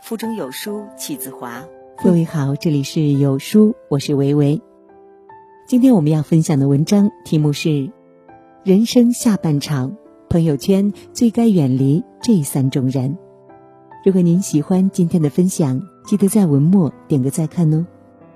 腹中有书气自华。 各位好，这里是有书，我是维维。今天我们要分享的文章题目是人生下半场，朋友圈最该远离这3种人。如果您喜欢今天的分享，记得在文末点个再看哦。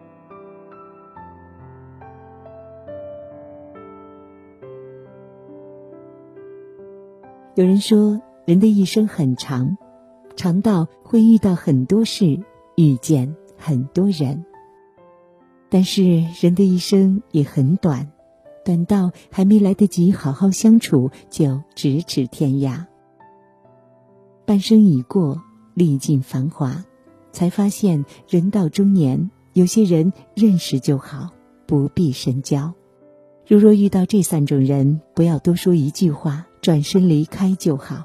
有人说，人的一生很长，长到会遇到很多事，遇见很多人。但是人的一生也很短，短到还没来得及好好相处，就咫尺天涯。半生已过，历尽繁华，才发现人到中年，有些人认识就好，不必深交。若遇到这3种人，不要多说一句话，转身离开就好。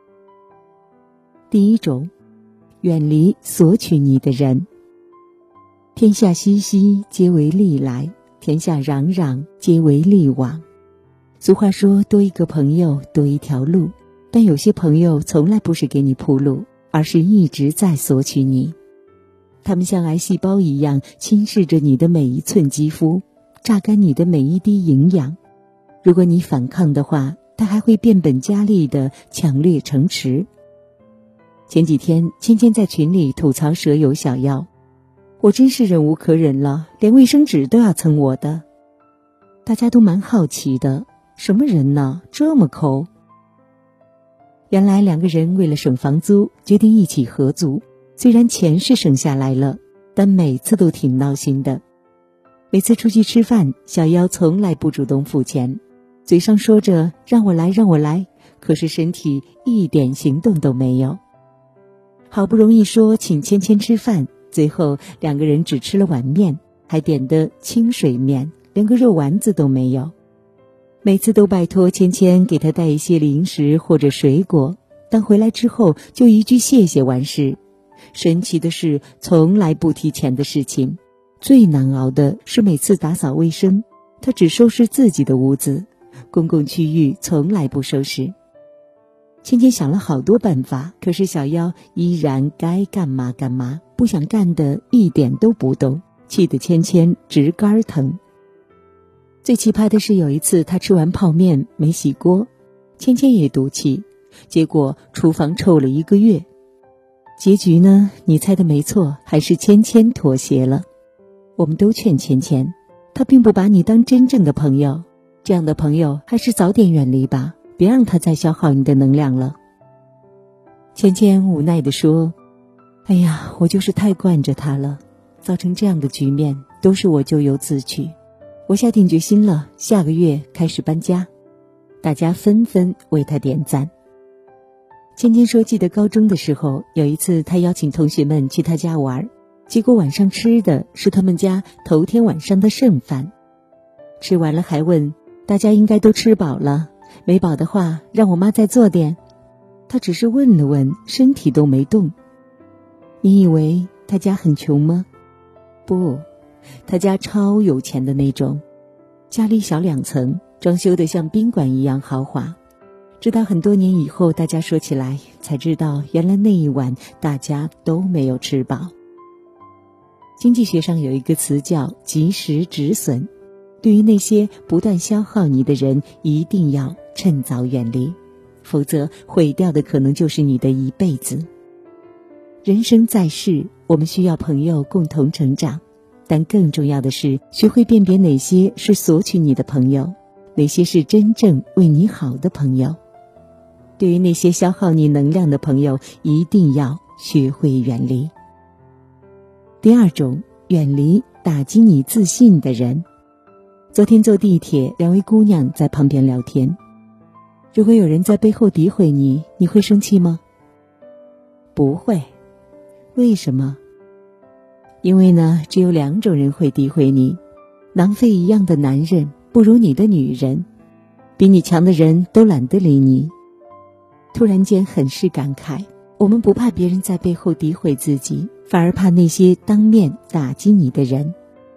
第一种，远离索取你的人。天下熙熙，皆为利来；天下攘攘，皆为利往。俗话说，多一个朋友，多一条路。但有些朋友从来不是给你铺路，而是一直在索取你。他们像癌细胞一样侵蚀着你的每一寸肌肤，榨干你的每一滴营养。如果你反抗的话，他还会变本加厉地抢掠城池。前几天，芊芊在群里吐槽舍友小妖，我真是忍无可忍了，连卫生纸都要蹭我的。大家都蛮好奇的，什么人呢，这么抠？原来2个人为了省房租，决定一起合租。虽然钱是省下来了，但每次都挺闹心的。每次出去吃饭，小妖从来不主动付钱，嘴上说着让我来让我来，可是身体一点行动都没有。好不容易说请芊芊吃饭，最后2个人只吃了碗面，还点的清水面，连个肉丸子都没有。每次都拜托芊芊给他带一些零食或者水果，但回来之后就一句谢谢完事。神奇的是，从来不提钱的事情。最难熬的是每次打扫卫生，他只收拾自己的屋子，公共区域从来不收拾。芊芊想了好多办法，可是小妖依然该干嘛干嘛，不想干的一点都不动，气得芊芊直肝疼。最奇葩的是，有一次他吃完泡面没洗锅，芊芊也赌气，结果厨房臭了1个月。结局呢，你猜的没错，还是芊芊妥协了。我们都劝芊芊，他并不把你当真正的朋友，这样的朋友还是早点远离吧，别让他再消耗你的能量了。芊芊无奈地说，哎呀，我就是太惯着他了，造成这样的局面都是我咎由自取。我下定决心了，下个月开始搬家。大家纷纷为他点赞。芊芊说，记得高中的时候，有一次他邀请同学们去他家玩，结果晚上吃的是他们家头天晚上的剩饭。吃完了还问，大家应该都吃饱了，没饱的话让我妈再做点。他只是问了问，身体都没动。你以为他家很穷吗？不，他家超有钱的那种，家里小2层，装修得像宾馆一样豪华。直到很多年以后，大家说起来才知道，原来那一晚大家都没有吃饱。经济学上有一个词叫及时止损，对于那些不断消耗你的人，一定要趁早远离，否则毁掉的可能就是你的一辈子。人生在世，我们需要朋友共同成长，但更重要的是学会辨别哪些是索取你的朋友，哪些是真正为你好的朋友。对于那些消耗你能量的朋友，一定要学会远离。第2种，远离打击你自信的人。昨天坐地铁，2位姑娘在旁边聊天。如果有人在背后诋毁你，你会生气吗？不会。为什么？因为呢，只有2种人会诋毁你：囊废一样的男人，不如你的女人，比你强的人都懒得理你。突然间很是感慨，我们不怕别人在背后诋毁自己，反而怕那些当面打击你的人。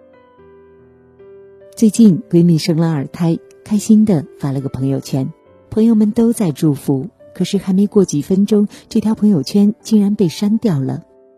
最近闺蜜生了2胎，开心地发了个朋友圈，朋友们都在祝福，可是还没过几分钟，这条朋友圈竟然被删掉了。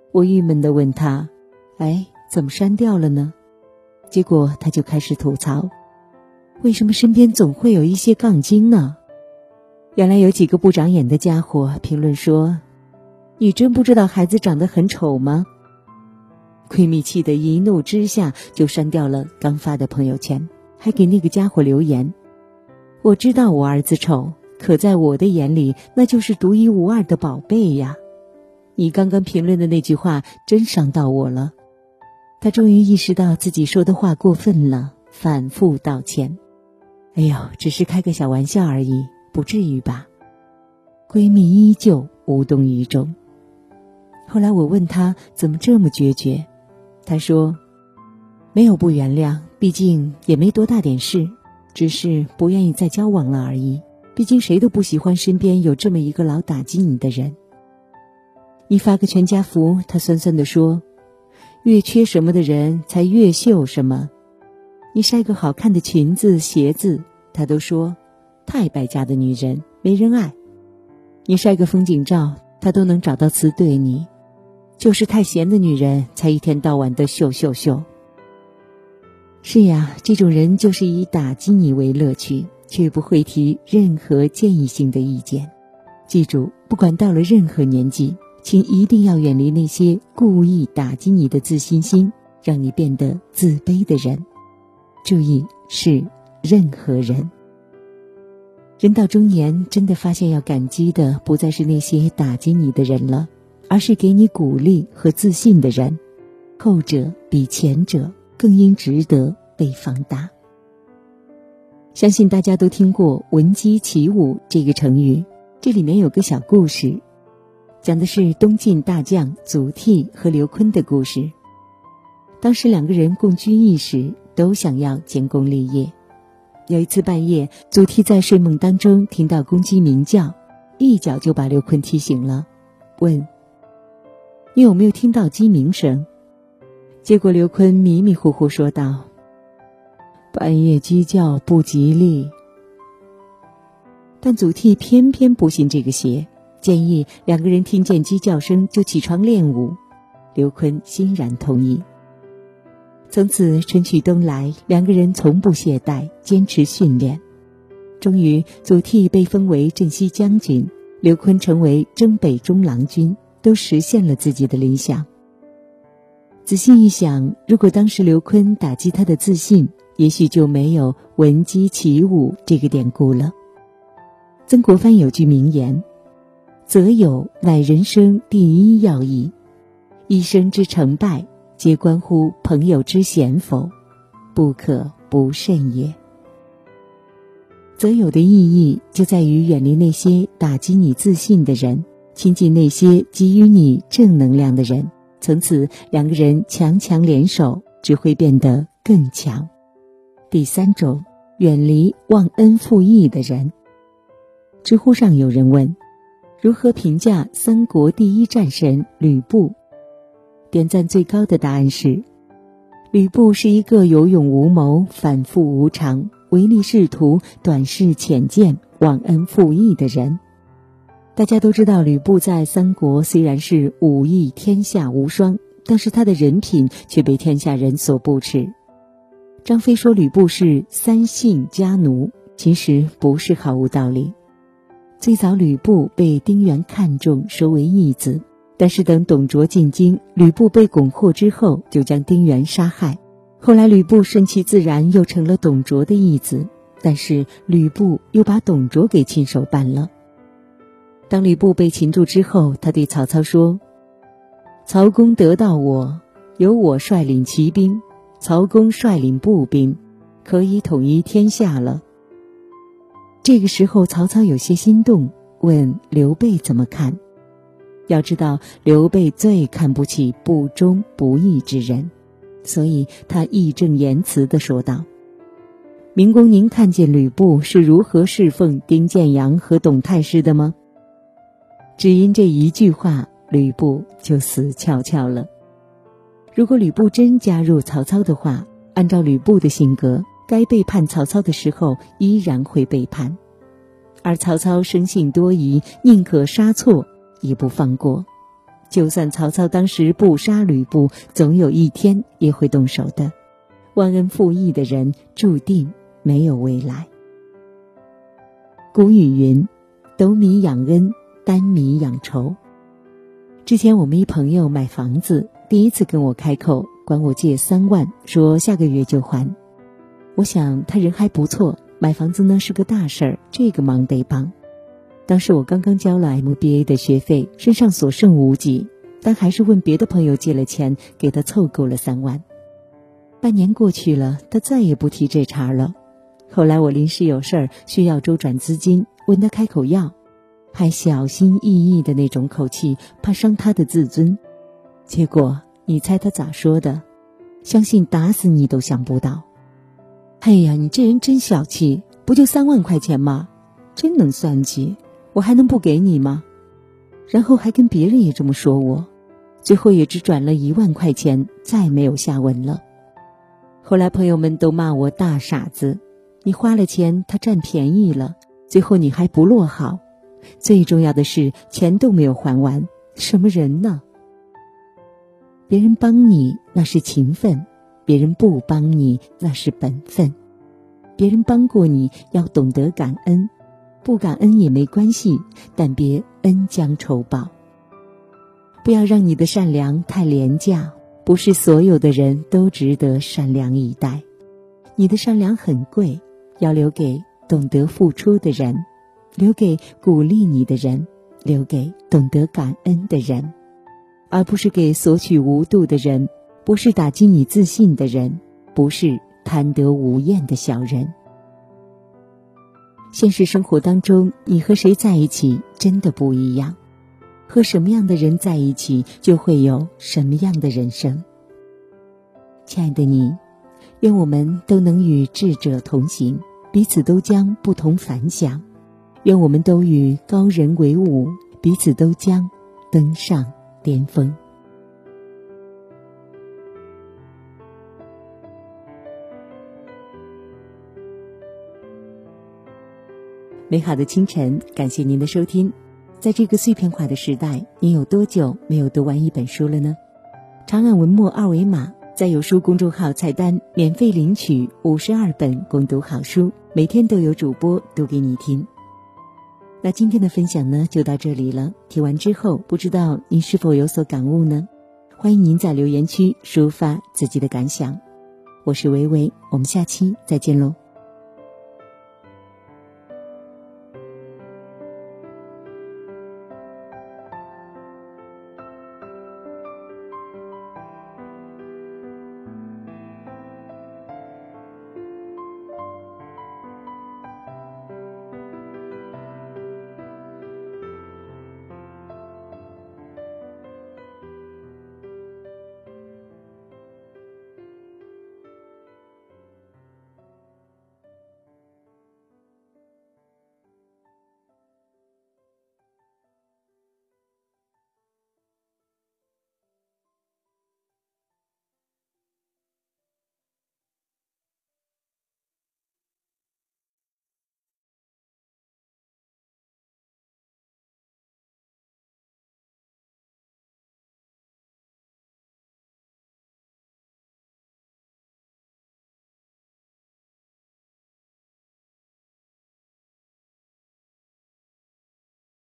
我郁闷地问他，怎么删掉了呢？结果他就开始吐槽，为什么身边总会有一些杠精呢？原来有几个不长眼的家伙评论说，你真不知道孩子长得很丑吗？闺蜜气得一怒之下就删掉了刚发的朋友圈，还给那个家伙留言，我知道我儿子丑，可在我的眼里那就是独一无二的宝贝呀，你刚刚评论的那句话真伤到我了。他终于意识到自己说的话过分了，反复道歉。只是开个小玩笑而已，不至于吧？闺蜜依旧无动于衷。后来我问她怎么这么决绝，她说没有不原谅，毕竟也没多大点事，只是不愿意再交往了而已，毕竟谁都不喜欢身边有这么一个老打击你的人。你发个全家福，她酸酸地说，越缺什么的人才越秀什么。你晒个好看的裙子鞋子，她都说太败家的女人没人爱。你晒个风景照，她都能找到词对你，就是太闲的女人才一天到晚的秀秀秀。是呀，这种人就是以打击你为乐趣，却不会提任何建议性的意见。记住，不管到了任何年纪，请一定要远离那些故意打击你的自信心，让你变得自卑的人。注意，是任何人。人到中年，真的发现要感激的不再是那些打击你的人了，而是给你鼓励和自信的人，后者比前者更应值得被放大。相信大家都听过闻鸡起舞这个成语，这里面有个小故事，讲的是东晋大将祖逖和刘琨的故事。当时两个人共居一室，都想要建功立业。有一次半夜，祖逖在睡梦当中听到公鸡鸣叫，一脚就把刘琨踢醒了，问，你有没有听到鸡鸣声？结果刘琨迷迷糊糊说道，半夜鸡叫不吉利。但祖逖偏偏不信这个邪，建议两个人听见鸡叫声就起床练武。刘琨欣然同意。从此春去冬来，两个人从不懈怠，坚持训练。终于祖逖被封为镇西将军，刘琨成为征北中郎君，都实现了自己的理想。仔细一想，如果当时刘琨打击他的自信，也许就没有闻鸡起舞这个典故了。曾国藩有句名言，择友乃人生第一要义，一生之成败皆关乎朋友之贤否，不可不慎也。择友的意义就在于远离那些打击你自信的人，亲近那些给予你正能量的人，从此两个人强强联手，只会变得更强。第三种，远离忘恩负义的人。知乎上有人问，如何评价三国第一战神吕布？点赞最高的答案是，吕布是一个有勇无谋、反复无常、唯利是图、短视浅见、忘恩负义的人。大家都知道，吕布在三国虽然是武艺天下无双，但是他的人品却被天下人所不齿。张飞说吕布是三姓家奴，其实不是毫无道理。最早吕布被丁原看中，收为义子，但是等董卓进京，吕布被蛊惑之后，就将丁原杀害。后来吕布顺其自然又成了董卓的义子，但是吕布又把董卓给亲手办了。当吕布被擒住之后，他对曹操说，曹公得到我，由我率领骑兵，曹公率领步兵，可以统一天下了。这个时候曹操有些心动，问刘备怎么看。要知道刘备最看不起不忠不义之人，所以他义正言辞地说道，明公您看见吕布是如何侍奉丁建阳和董太师的吗？只因这一句话，吕布就死翘翘了。如果吕布真加入曹操的话，按照吕布的性格，该背叛曹操的时候依然会背叛，而曹操生性多疑，宁可杀错也不放过。 就算曹操当时不杀吕布，总有一天也会动手的。忘恩负义的人注定没有未来。古语云，斗米养恩，担米养仇。之前我们一朋友买房子，第一次跟我开口，管我借3万，说下个月就还。我想他人还不错，买房子呢是个大事儿，这个忙得帮。当时我刚刚交了 MBA 的学费，身上所剩无几，但还是问别的朋友借了钱，给他凑够了3万。半年过去了，他再也不提这茬了。后来我临时有事儿需要周转资金，问他开口要，还小心翼翼的那种口气，怕伤他的自尊。结果你猜他咋说的？相信打死你都想不到。哎呀，你这人真小气，不就3万块钱吗？真能算计，我还能不给你吗？然后还跟别人也这么说我，最后也只转了1万块钱，再没有下文了。后来朋友们都骂我大傻子，你花了钱，他占便宜了，最后你还不落好，最重要的是钱都没有还完，什么人呢？别人帮你那是情分，别人不帮你那是本分。别人帮过你要懂得感恩，不感恩也没关系，但别恩将仇报。不要让你的善良太廉价，不是所有的人都值得善良以待。你的善良很贵，要留给懂得付出的人，留给鼓励你的人，留给懂得感恩的人，而不是给索取无度的人，不是打击你自信的人，不是贪得无厌的小人。现实生活当中，你和谁在一起真的不一样，和什么样的人在一起，就会有什么样的人生。亲爱的你，愿我们都能与智者同行，彼此都将不同凡响。愿我们都与高人为伍，彼此都将登上巅峰。美好的清晨，感谢您的收听。在这个碎片化的时代，你有多久没有读完一本书了呢？长按文末2维码，在有书公众号菜单免费领取52本共读好书，每天都有主播读给你听。那今天的分享呢，就到这里了。听完之后，不知道您是否有所感悟呢？欢迎您在留言区抒发自己的感想。我是维维，我们下期再见喽。